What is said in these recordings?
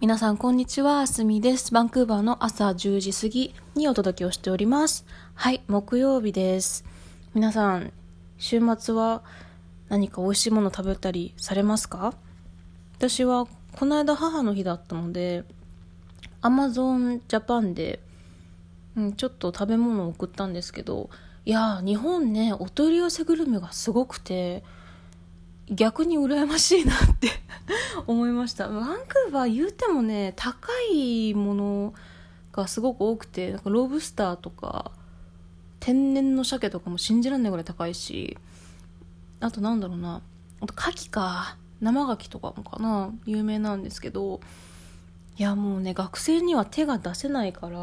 皆さんこんにちは、あすみです。バンクーバーの朝10時過ぎにお届けをしております。はい、木曜日です。皆さん、週末は何か美味しいもの食べたりされますか？私はこの間母の日だったので、Amazon Japan で、ちょっと食べ物を送ったんですけど、いやー、日本ね、お取り寄せグルメがすごくて、逆に羨ましいなって思いました。バンクーバー言うてもね、高いものがすごく多くて、なんかロブスターとか天然の鮭とかも信じられないぐらい高いし、あとなんだろうな、あと牡蠣か、生牡蠣とかもかな、有名なんですけど、いやもうね、学生には手が出せないから、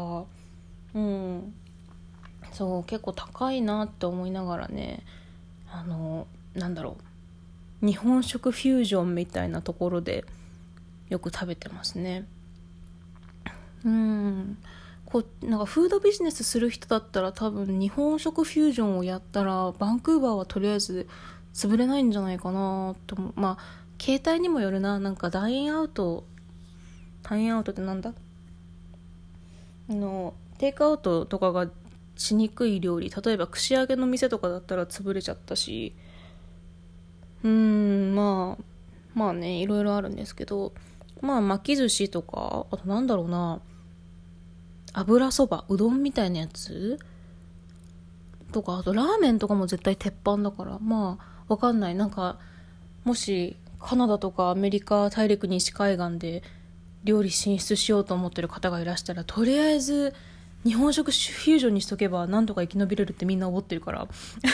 そう結構高いなって思いながらね、なんだろう、日本食フュージョンみたいなところでよく食べてますね。なんかフードビジネスする人だったら多分日本食フュージョンをやったらバンクーバーはとりあえず潰れないんじゃないかなと思う。まあ携帯にもよるな。なんかダインアウトってなんだ、テイクアウトとかがしにくい料理、例えば串揚げの店とかだったら潰れちゃったし、まあね、いろいろあるんですけど、巻き寿司とか、あとなんだろうな、油そば、うどんみたいなやつとか、あとラーメンとかも絶対鉄板だから、わかんない。なんか、もしカナダとかアメリカ大陸西海岸で料理進出しようと思ってる方がいらしたら、とりあえず日本食フュージョンにしとけばなんとか生き延びれるってみんな思ってるから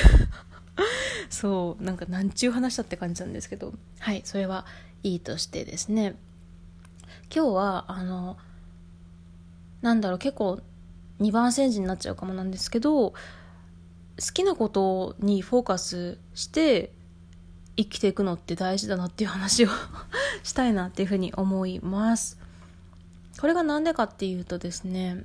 そうなんかなんちゅう話だって感じなんですけど、はい、それはいいとしてですね、今日は結構二番煎じになっちゃうかもなんですけど、好きなことにフォーカスして生きていくのって大事だなっていう話をしたいなっていうふうに思います。これがなんでかっていうとですね、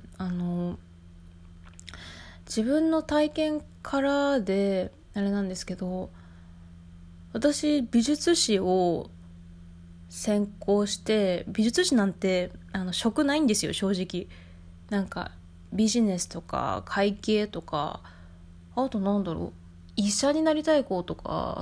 自分の体験からであれなんですけど、私美術史を専攻して、美術史なんて職ないんですよ正直。なんかビジネスとか会計とか、あとなんだろう、医者になりたい子とか、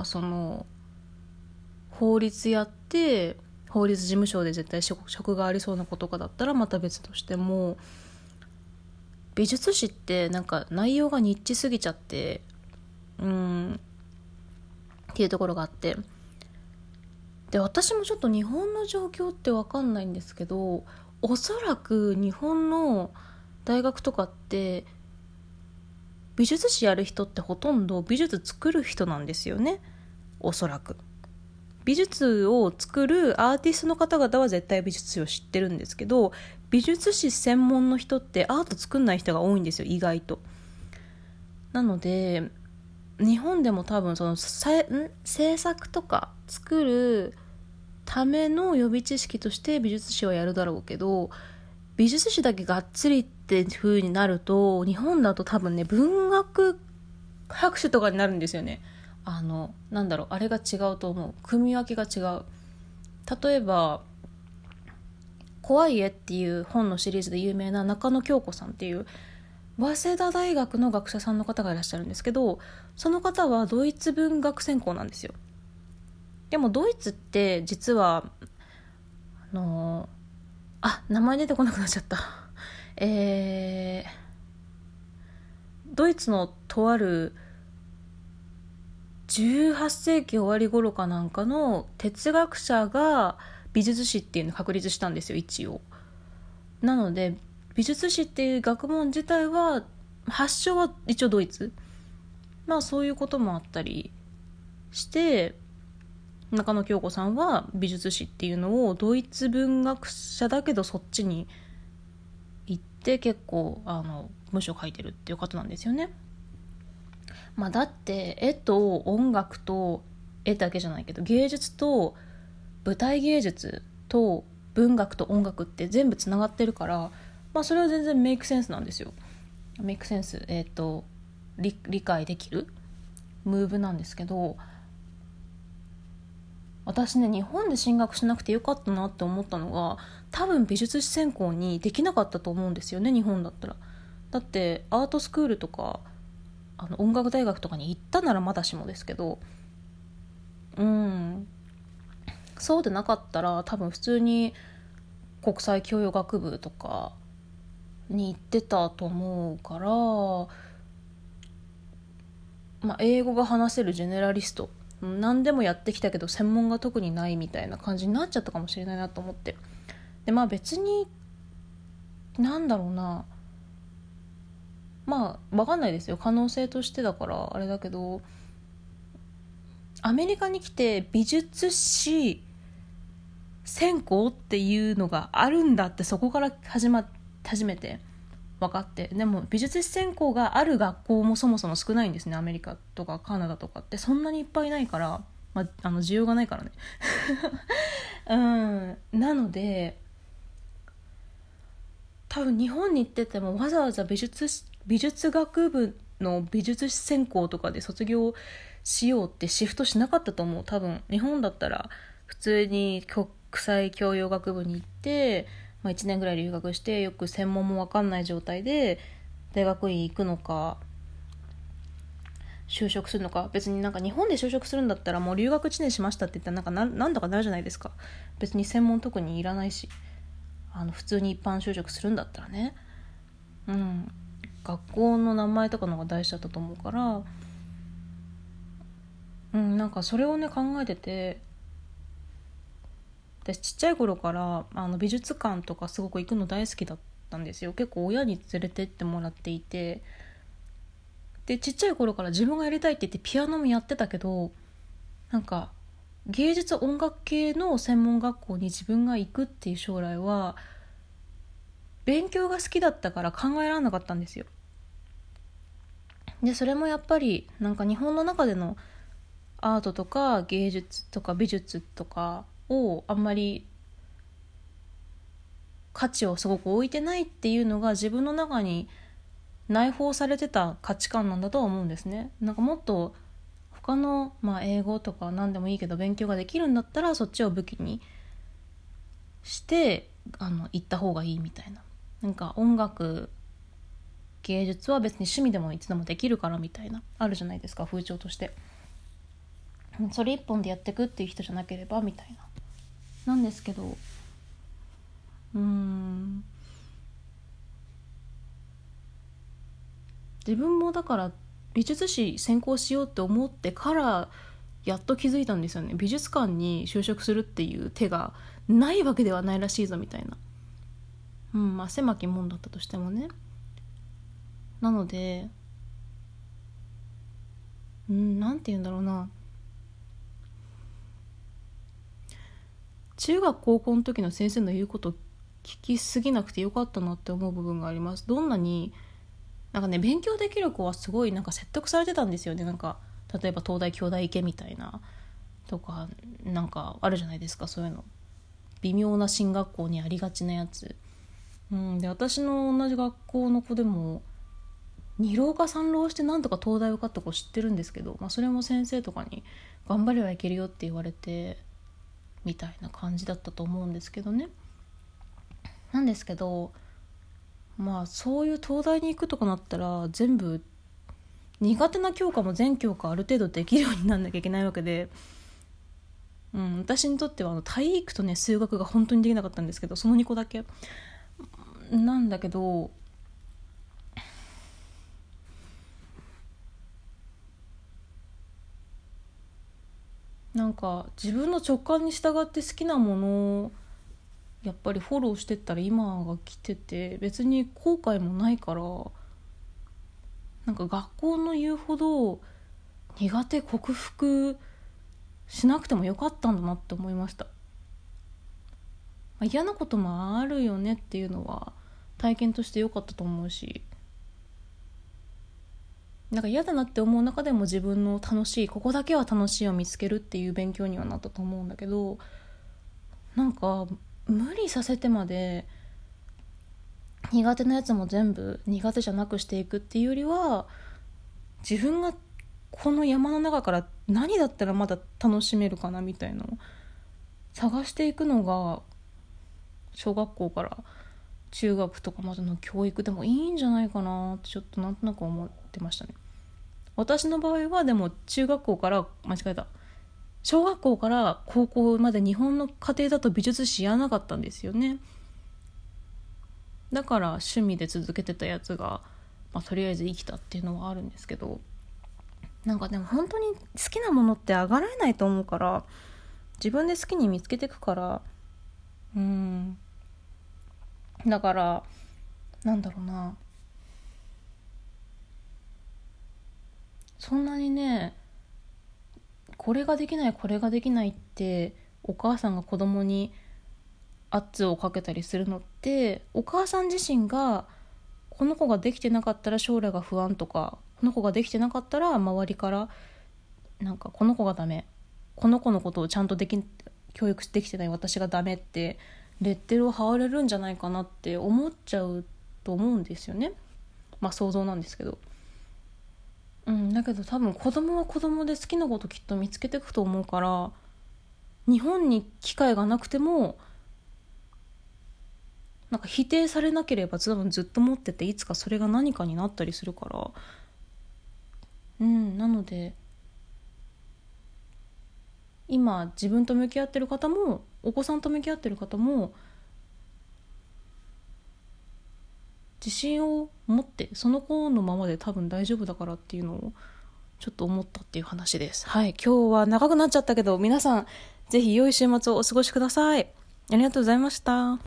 法律やって法律事務所で絶対職がありそうな子とかだったらまた別としても、美術史ってなんか内容がニッチすぎちゃってっていうところがあって、で私もちょっと日本の状況って分かんないんですけど、おそらく日本の大学とかって美術史やる人ってほとんど美術作る人なんですよね。おそらく美術を作るアーティストの方々は絶対美術史を知ってるんですけど、美術史専門の人ってアート作んない人が多いんですよ、意外と。なので日本でも多分その制作とか作るための予備知識として美術史はやるだろうけど、美術史だけがっつりって風になると日本だと多分ね、文学博士とかになるんですよね。あれが違うと思う。組み分けが違う。例えば怖い絵っていう本のシリーズで有名な中野京子さんっていう早稲田大学の学者さんの方がいらっしゃるんですけど、その方はドイツ文学専攻なんですよ。でもドイツって実は名前出てこなくなっちゃったドイツのとある18世紀終わり頃かなんかの哲学者が美術史っていうのを確立したんですよ、一応。なので美術史っていう学問自体は発祥は一応ドイツ、そういうこともあったりして、中野京子さんは美術史っていうのをドイツ文学者だけどそっちに行って結構文章を書いてるっていう方なんですよね。だって絵と音楽と絵だけじゃないけど、芸術と舞台芸術と文学と音楽って全部つながってるから、それは全然メイクセンスなんですよ。メイクセンス、理解できるムーブなんですけど、私ね、日本で進学しなくてよかったなって思ったのが、 多分美術史専攻にできなかったと思うんですよね、日本だったら。だってアートスクールとか音楽大学とかに行ったならまだしもですけど、そうでなかったら多分普通に国際教養学部とかに行ってたと思うから、英語が話せるジェネラリスト、何でもやってきたけど専門が特にないみたいな感じになっちゃったかもしれないなと思って。で別になんだろうな、分かんないですよ、可能性としてだからあれだけど、アメリカに来て美術史専攻っていうのがあるんだって、そこから初めて分かって。でも美術史専攻がある学校もそもそも少ないんですね、アメリカとかカナダとかってそんなにいっぱいないから、需要がないからねなので多分日本に行っててもわざわざ美術学部の美術史専攻とかで卒業しようってシフトしなかったと思う。多分日本だったら普通に国際教養学部に行って、1年ぐらい留学してよく専門も分かんない状態で大学院行くのか就職するのか。別に日本で就職するんだったらもう留学1年しましたって言ったらなんとかなるじゃないですか。別に専門特にいらないし、普通に一般就職するんだったらね、学校の名前とかの方が大事だったと思うから、それをね考えてて、私ちっちゃい頃から美術館とかすごく行くの大好きだったんですよ。結構親に連れてってもらっていて、でちっちゃい頃から自分がやりたいって言ってピアノもやってたけど、芸術音楽系の専門学校に自分が行くっていう将来は勉強が好きだったから考えられなかったんですよ。でそれもやっぱり日本の中でのアートとか芸術とか美術とかをあんまり価値をすごく置いてないっていうのが自分の中に内包されてた価値観なんだとは思うんですね。もっと他の、英語とか何でもいいけど勉強ができるんだったらそっちを武器にして行った方がいいみたいな。音楽芸術は別に趣味でもいつでもできるからみたいなあるじゃないですか、風潮として。それ一本でやってくっていう人じゃなければみたいななんですけど、自分もだから美術史専攻しようって思ってからやっと気づいたんですよね。美術館に就職するっていう手がないわけではないらしいぞみたいな。狭き門だったとしてもね。なのでなんて言うんだろうな、中学高校の時の先生の言うこと聞きすぎなくてよかったなって思う部分があります。どんなに勉強できる子はすごい説得されてたんですよね。例えば東大京大行けみたいなとかあるじゃないですか、そういうの。微妙な進学校にありがちなやつ。で私の同じ学校の子でも2浪か3浪してなんとか東大受かった子知ってるんですけど、それも先生とかに頑張ればいけるよって言われてみたいな感じだったと思うんですけどね。なんですけどそういう東大に行くとかなったら全部苦手な教科も全教科ある程度できるようになんなきゃいけないわけで、私にとっては体育とね数学が本当にできなかったんですけど、その2個だけなんだけど、自分の直感に従って好きなものをやっぱりフォローしてったら今が来てて、別に後悔もないから、学校の言うほど苦手克服しなくてもよかったんだなって思いました。嫌なこともあるよねっていうのは体験としてよかったと思うし、嫌だなって思う中でも自分の楽しい、ここだけは楽しいを見つけるっていう勉強にはなったと思うんだけど、無理させてまで苦手なやつも全部苦手じゃなくしていくっていうよりは、自分がこの山の中から何だったらまだ楽しめるかなみたいなのを探していくのが小学校から中学とかまでの教育でもいいんじゃないかなってちょっとなんとなく思ってましたね。私の場合はでも小学校から小学校から高校まで日本の家庭だと美術史やらなかったんですよね。だから趣味で続けてたやつが、とりあえず生きたっていうのはあるんですけど、なんかでも本当に好きなものって上がらないと思うから、自分で好きに見つけていくから、だからなんだろうな、そんなにね、これができないってお母さんが子供に圧をかけたりするのって、お母さん自身がこの子ができてなかったら将来が不安とか、この子ができてなかったら周りからなんかこの子がダメ、この子のことをちゃんと教育できてない私がダメってレッテルを貼られるんじゃないかなって思っちゃうと思うんですよね。想像なんですけど、だけど多分子供は子供で好きなこときっと見つけていくと思うから、日本に機会がなくてもなんか否定されなければ多分ずっと持ってて、いつかそれが何かになったりするから、なので今自分と向き合ってる方もお子さんと向き合ってる方も自信を持ってその子のままで多分大丈夫だからっていうのをちょっと思ったっていう話です。はい、今日は長くなっちゃったけど皆さんぜひ良い週末をお過ごしください。ありがとうございました。